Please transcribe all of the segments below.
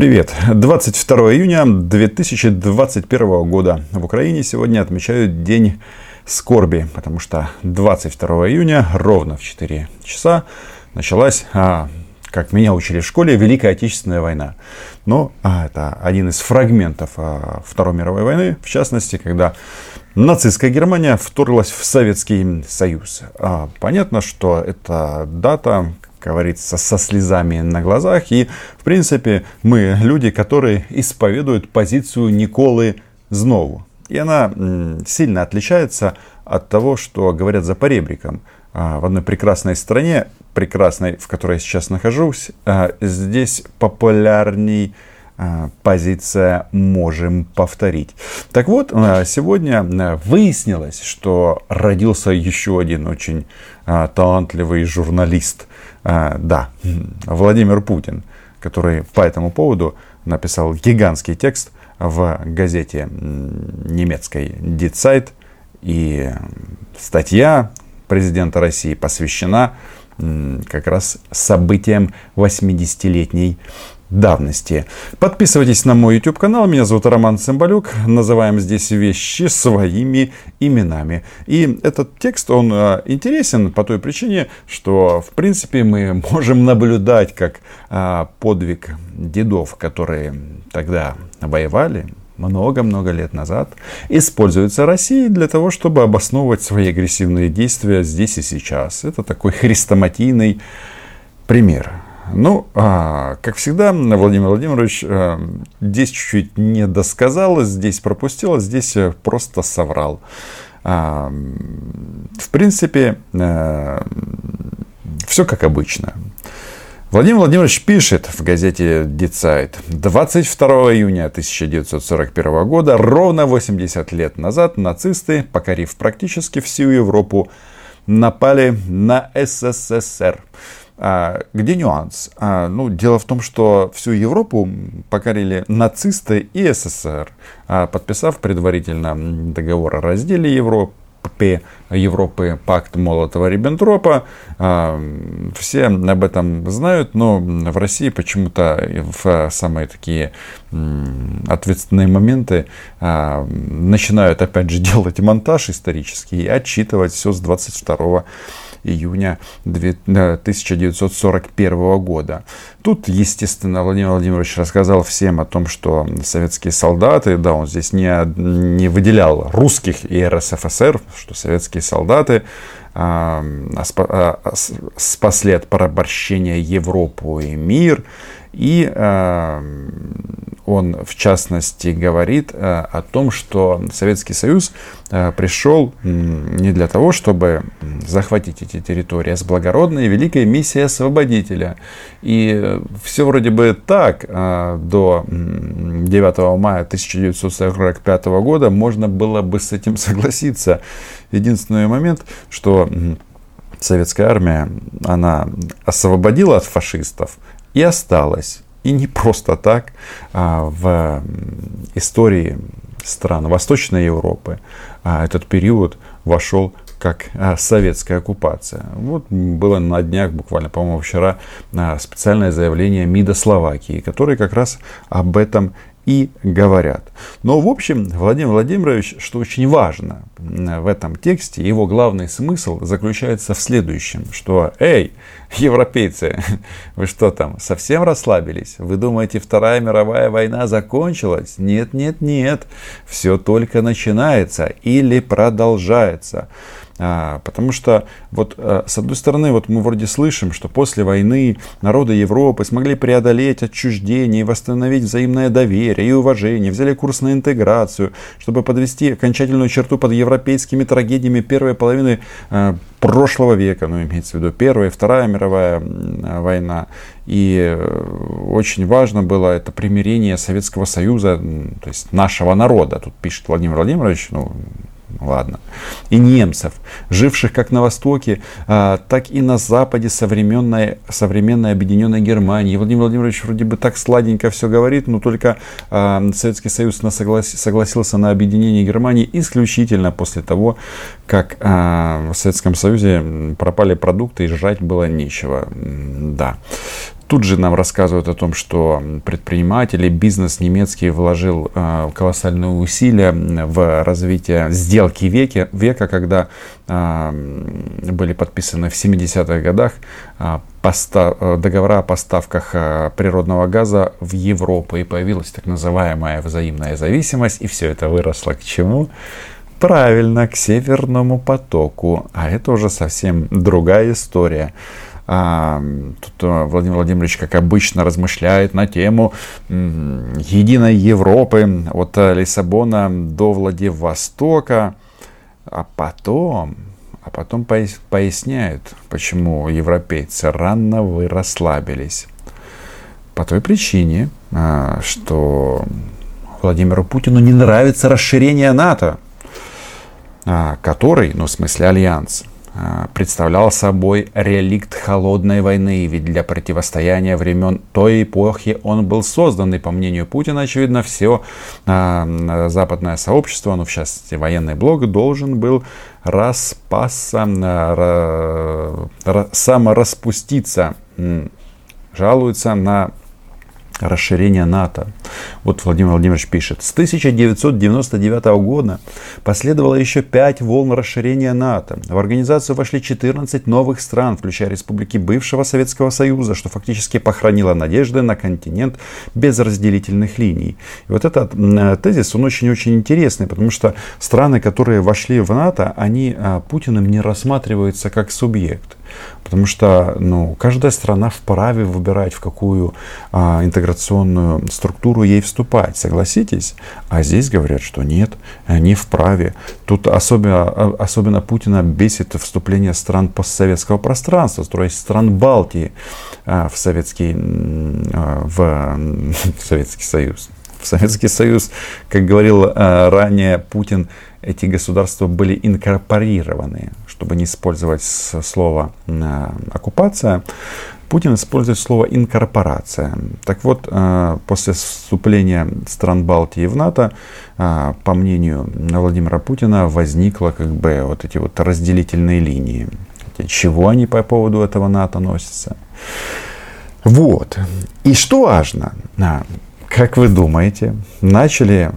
Привет! 22 июня 2021 года. В Украине сегодня отмечают День скорби, потому что 22 июня ровно в 4 часа началась, как меня учили в школе, Великая Отечественная война. Но это один из фрагментов Второй мировой войны, в частности, когда нацистская Германия вторглась в Советский Союз. Понятно, что эта дата, как говорится, со слезами на глазах. И, в принципе, мы люди, которые исповедуют позицию Николы Знову. И она сильно отличается от того, что говорят за поребриком. В одной прекрасной стране, прекрасной, в которой я сейчас нахожусь, здесь популярней позиция «можем повторить». Так вот, сегодня выяснилось, что родился еще один очень талантливый журналист. Да, Владимир Путин, который по этому поводу написал гигантский текст в газете немецкой Die Zeit. И статья президента России посвящена как раз событиям 80-летней давности. Подписывайтесь на мой YouTube канал. Меня зовут Роман Цымбалюк. Называем здесь вещи своими именами. И этот текст, он интересен по той причине, что в принципе мы можем наблюдать, как подвиг дедов, которые тогда воевали много-много лет назад, используется Россией для того, чтобы обосновывать свои агрессивные действия здесь и сейчас. Это такой хрестоматийный пример. Ну, как всегда, Владимир Владимирович здесь чуть-чуть не досказал, здесь пропустил, здесь просто соврал. В принципе, все как обычно. Владимир Владимирович пишет в газете Die Zeit: 22 июня 1941 года, ровно 80 лет назад, нацисты, покорив практически всю Европу, напали на СССР. Где нюанс? Дело в том, что всю Европу покорили нацисты и СССР, подписав предварительно договор о разделе Европы, пакт Молотова-Риббентропа. Все об этом знают, но в России почему-то в самые такие ответственные моменты начинают опять же делать монтаж исторический и отчитывать все с 22 июня 1941 года. Тут, естественно, Владимир Владимирович рассказал всем о том, что советские солдаты, да, он здесь не выделял русских и РСФСР, что советские солдаты спасли от порабощения Европу и мир. И он, в частности, говорит о том, что Советский Союз пришел не для того, чтобы захватить эти территории, а с благородной и великой миссией освободителя. И все вроде бы так до 9 мая 1945 года можно было бы с этим согласиться. Единственный момент, что советская армия, она освободила от фашистов и осталась. И не просто так. В истории стран Восточной Европы этот период вошел как советская оккупация. Вот было на днях, буквально, по-моему, вчера, специальное заявление МИДа Словакии, которые как раз об этом и говорят. Но, в общем, Владимир Владимирович, что очень важно в этом тексте, его главный смысл заключается в следующем, что: эй, европейцы, вы что там, совсем расслабились? Вы думаете, Вторая мировая война закончилась? Нет, нет, нет. Все только начинается или продолжается. Потому что, вот, с одной стороны, вот мы вроде слышим, что после войны народы Европы смогли преодолеть отчуждение, восстановить взаимное доверие и уважение, взяли курс на интеграцию, чтобы подвести окончательную черту под европейскими трагедиями первой половины прошлого века, имеется в виду Первая и Вторая мировая война. И очень важно было это примирение Советского Союза, то есть нашего народа, тут пишет Владимир Владимирович, ладно, и немцев, живших как на Востоке, так и на Западе современной объединенной Германии. Владимир Владимирович вроде бы так сладенько все говорит, но только Советский Союз согласился на объединение Германии исключительно после того, как в Советском Союзе пропали продукты и жрать было нечего. Да. Тут же нам рассказывают о том, что предприниматели, бизнес немецкий вложил колоссальные усилия в развитие сделки века, когда были подписаны в 70-х годах договора о поставках природного газа в Европу. И появилась так называемая взаимная зависимость. И все это выросло к чему? Правильно, к Северному потоку. А это уже совсем другая история. Тут Владимир Владимирович, как обычно, размышляет на тему единой Европы от Лиссабона до Владивостока, а потом поясняет, почему европейцы рано расслабились. По той причине, что Владимиру Путину не нравится расширение НАТО, который, в смысле альянс, представлял собой реликт холодной войны, ведь для противостояния времен той эпохи он был создан, и по мнению Путина, очевидно, все западное сообщество, в частности военный блок, должен был самораспуститься, жалуется на расширение НАТО. Вот Владимир Владимирович пишет: с 1999 года последовало еще 5 волн расширения НАТО. В организацию вошли 14 новых стран, включая республики бывшего Советского Союза, что фактически похоронило надежды на континент без разделительных линий. И вот этот тезис, он очень-очень интересный, потому что страны, которые вошли в НАТО, они Путиным не рассматриваются как субъект. Потому что каждая страна вправе выбирать, в какую интеграционную структуру ей вступать. Согласитесь? А здесь говорят, что нет, не вправе. Тут особенно Путина бесит вступление стран постсоветского пространства, то есть стран Балтии в Советский Союз. В Советский Союз, как говорил ранее Путин, эти государства были инкорпорированы. Чтобы не использовать слово оккупация, Путин использует слово инкорпорация. Так вот, после вступления стран Балтии в НАТО, по мнению Владимира Путина, возникло вот эти вот разделительные линии. Чего они по поводу этого НАТО носятся? Вот. И что важно, как вы думаете, начале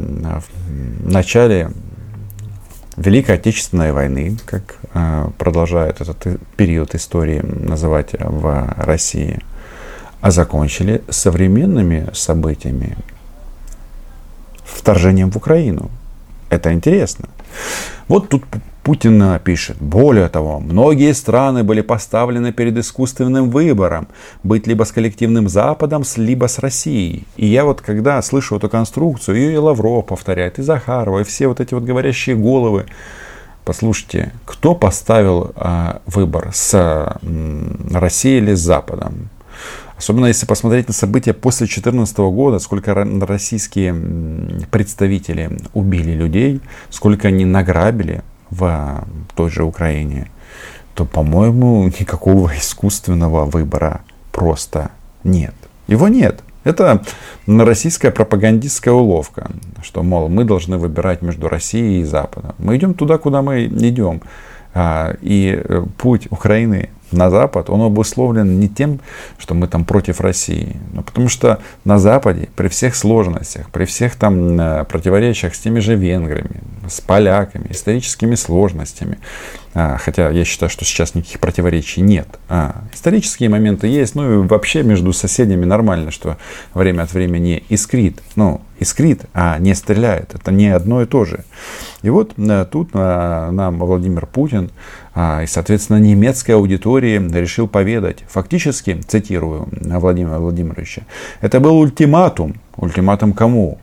Великой Отечественной войны, как продолжает этот период истории называть в России, а закончили современными событиями, вторжением в Украину. Это интересно. Вот тут Путин пишет: более того, многие страны были поставлены перед искусственным выбором быть либо с коллективным Западом, либо с Россией. И я когда слышу эту конструкцию, ее и Лавров повторяет, и Захарова, и все вот эти вот говорящие головы. Послушайте, кто поставил выбор с Россией или с Западом? Особенно если посмотреть на события после 2014 года, сколько российские представители убили людей, сколько они награбили в той же Украине, то, по-моему, никакого искусственного выбора просто нет. Его нет. Это российская пропагандистская уловка, что, мол, мы должны выбирать между Россией и Западом. Мы идем туда, куда мы идем. И путь Украины на Запад, он обусловлен не тем, что мы там против России, но потому что на Западе при всех сложностях, при всех там противоречиях с теми же венграми, с поляками, историческими сложностями, хотя я считаю, что сейчас никаких противоречий нет. Исторические моменты есть, и вообще между соседями нормально, что время от времени искрит, а не стреляет. Это не одно и то же. И вот тут нам Владимир Путин и, соответственно, немецкой аудитории решил поведать. Фактически, цитирую Владимира Владимировича, это был ультиматум. Ультиматум кому?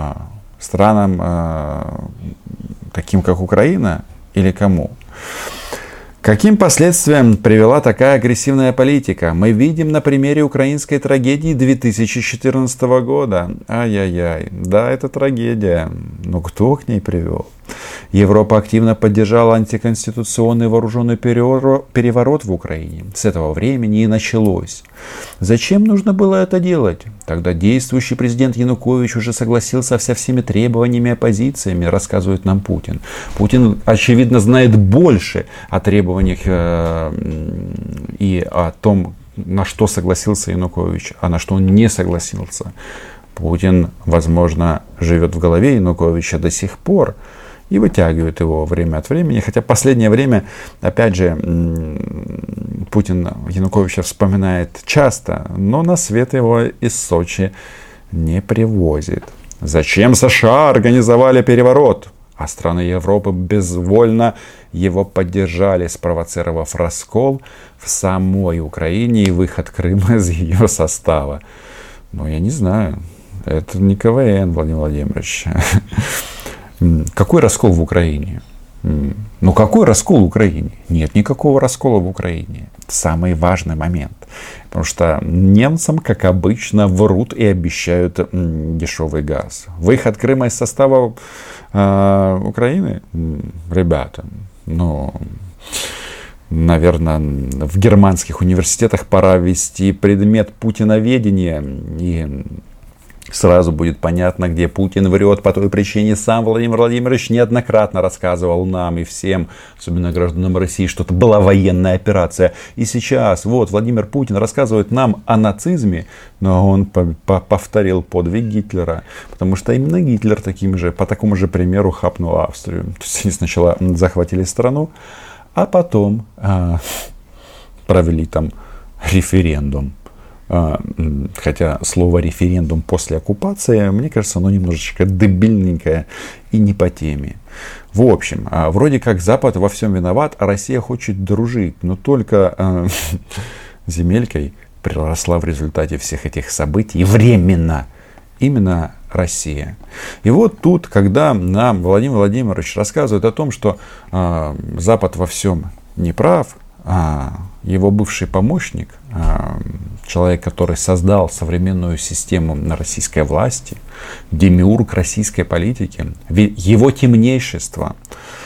Странам, таким как Украина, или кому? Каким последствиям привела такая агрессивная политика? Мы видим на примере украинской трагедии 2014 года. Ай-яй-яй, да, это трагедия. Но кто к ней привел? Европа активно поддержала антиконституционный вооруженный переворот в Украине. С этого времени и началось. Зачем нужно было это делать? Тогда действующий президент Янукович уже согласился со всеми требованиями оппозициями, рассказывает нам Путин. Путин, очевидно, знает больше о требованиях и о том, на что согласился Янукович, а на что он не согласился. Путин, возможно, живет в голове Януковича до сих пор и вытягивает его время от времени. Хотя последнее время, опять же, Путин Януковича вспоминает часто, но на свет его из Сочи не привозит. Зачем США организовали переворот? А страны Европы безвольно его поддержали, спровоцировав раскол в самой Украине и выход Крыма из ее состава. Ну, я не знаю. Это не КВН, Владимир Владимирович. Какой раскол в Украине? Ну, какой раскол в Украине? Нет никакого раскола в Украине. Это самый важный момент. Потому что немцам, как обычно, врут и обещают дешевый газ. Выход Крыма из состава Украины? Ребята, ну, наверное, в германских университетах пора ввести предмет путиноведения, и сразу будет понятно, где Путин врет. По той причине сам Владимир Владимирович неоднократно рассказывал нам и всем, особенно гражданам России, что это была военная операция. И сейчас вот Владимир Путин рассказывает нам о нацизме, но он повторил подвиг Гитлера. Потому что именно Гитлер по такому же примеру хапнул Австрию. То есть они сначала захватили страну, а потом провели там референдум. Хотя слово референдум после оккупации, мне кажется, оно немножечко дебильненькое и не по теме. В общем, вроде как Запад во всем виноват, а Россия хочет дружить, но только земелькой приросла в результате всех этих событий временно именно Россия. И вот тут, когда нам Владимир Владимирович рассказывает о том, что Запад во всем не прав, его бывший помощник, человек, который создал современную систему российской власти, демиург российской политики, его темнейшество,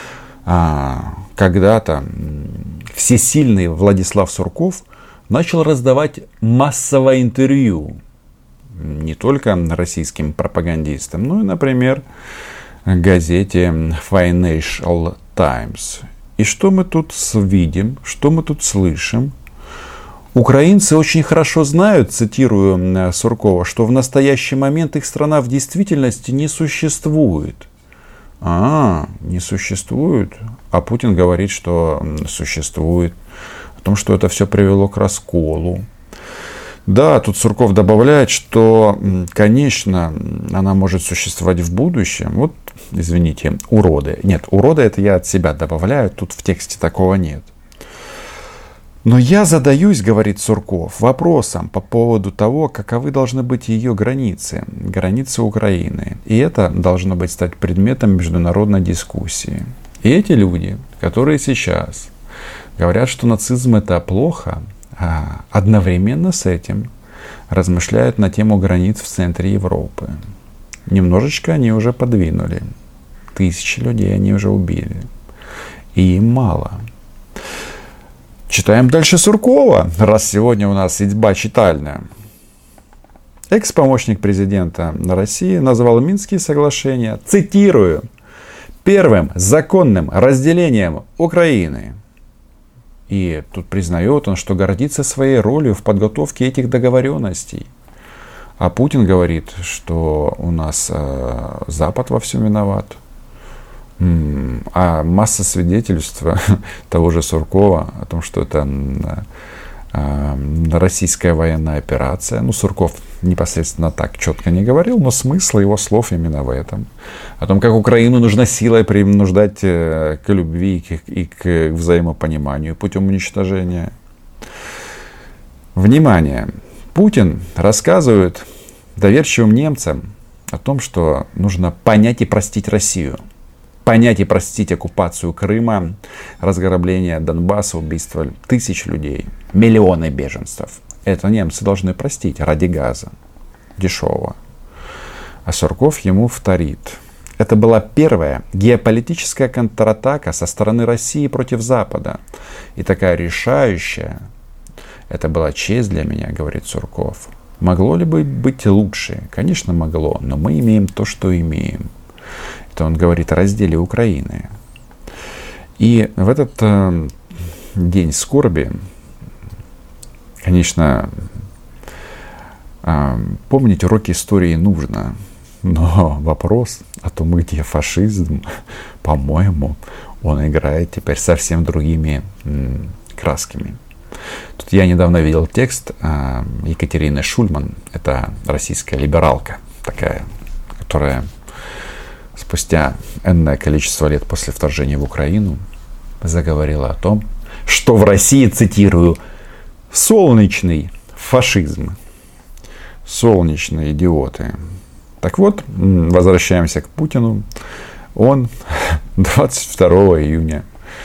когда-то всесильный Владислав Сурков начал раздавать массовое интервью не только российским пропагандистам, но и, например, газете Financial Times. И что мы тут видим, что мы тут слышим? Украинцы очень хорошо знают, цитирую Суркова, что в настоящий момент их страна в действительности не существует. Не существует. А Путин говорит, что существует. О том, что это все привело к расколу. Да, тут Сурков добавляет, что, конечно, она может существовать в будущем. Вот, извините, уроды. Нет, уроды это я от себя добавляю, тут в тексте такого нет. Но я задаюсь, говорит Сурков, вопросом по поводу того, каковы должны быть ее границы, границы Украины. И это должно быть стать предметом международной дискуссии. И эти люди, которые сейчас говорят, что нацизм это плохо, одновременно с этим размышляют на тему границ в центре Европы. Немножечко они уже подвинули. 1000 людей они уже убили. И им мало. Читаем дальше Суркова, раз сегодня у нас седьба читальная. Экс-помощник президента России назвал Минские соглашения, цитирую, первым законным разделением Украины. И тут признает он, что гордится своей ролью в подготовке этих договоренностей. А Путин говорит, что у нас Запад во всем виноват. А масса свидетельств того же Суркова о том, что это российская военная операция. Ну, Сурков непосредственно так четко не говорил, но смысл его слов именно в этом. О том, как Украину нужно силой принуждать к любви и к взаимопониманию путем уничтожения. Внимание! Путин рассказывает доверчивым немцам о том, что нужно понять и простить Россию. Понять и простить оккупацию Крыма, разграбление Донбасса, убийство тысяч людей, миллионы беженцев. Это немцы должны простить ради газа дешевого. А Сурков ему вторит. Это была первая геополитическая контратака со стороны России против Запада. И такая решающая. Это была честь для меня, говорит Сурков. Могло ли быть лучше? Конечно, могло, но мы имеем то, что имеем. Это он говорит о разделе Украины. И в этот день скорби Конечно, помнить уроки истории нужно, но вопрос о том, где фашизм, по-моему, он играет теперь совсем другими красками. Тут я недавно видел текст Екатерины Шульман, это российская либералка такая, которая спустя энное количество лет после вторжения в Украину заговорила о том, что в России, цитирую, солнечный фашизм. Солнечные идиоты. Так вот, возвращаемся к Путину. Он 22 июня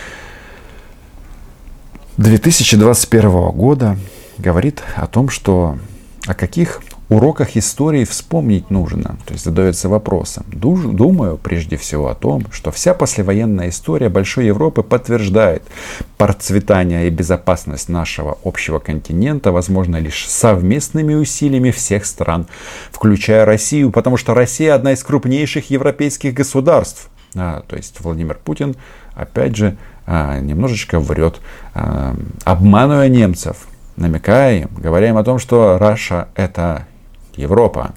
2021 года говорит о том, что о каких уроках истории вспомнить нужно. То есть задается вопросом. Думаю прежде всего о том, что вся послевоенная история Большой Европы подтверждает, процветание и безопасность нашего общего континента возможно лишь совместными усилиями всех стран, включая Россию, потому что Россия одна из крупнейших европейских государств. То есть Владимир Путин, опять же, немножечко врет, обманывая немцев, намекая им, говоря им о том, что Раша это Европа.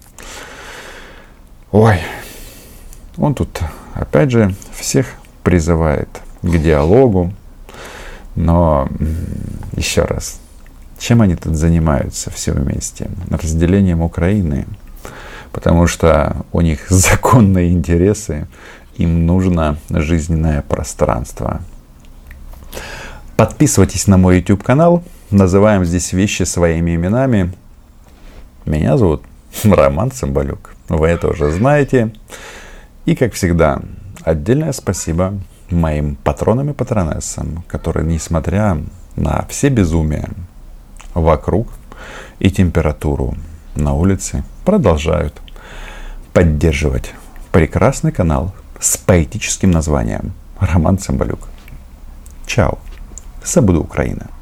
Ой, он тут, опять же, всех призывает к диалогу. Но, еще раз, чем они тут занимаются все вместе? Разделением Украины. Потому что у них законные интересы, им нужно жизненное пространство. Подписывайтесь на мой YouTube канал. Называем здесь вещи своими именами. Меня зовут Роман Цымбалюк. Вы это уже знаете. И, как всегда, отдельное спасибо моим патронам и патронессам, которые, несмотря на все безумия вокруг и температуру на улице, продолжают поддерживать прекрасный канал с поэтическим названием Роман Цымбалюк. Чао. Все буде Україна.